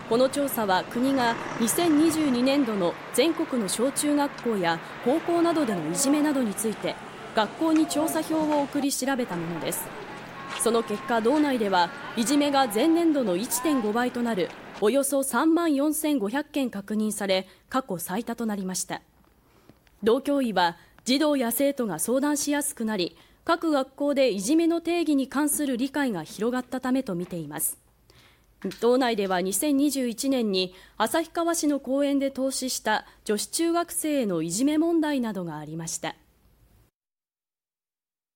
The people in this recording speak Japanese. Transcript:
この調査は国が2022年度の全国の小中学校や高校などでのいじめなどについて学校に調査票を送り調べたものです。その結果、道内ではいじめが前年度の 1.5 倍となるおよそ3万4500件確認され、過去最多となりました。道教委は児童や生徒が相談しやすくなり、各学校でいじめの定義に関する理解が広がったためと見ています。道内では2021年に旭川市の公園で凍死した女子中学生へのいじめ問題などがありました。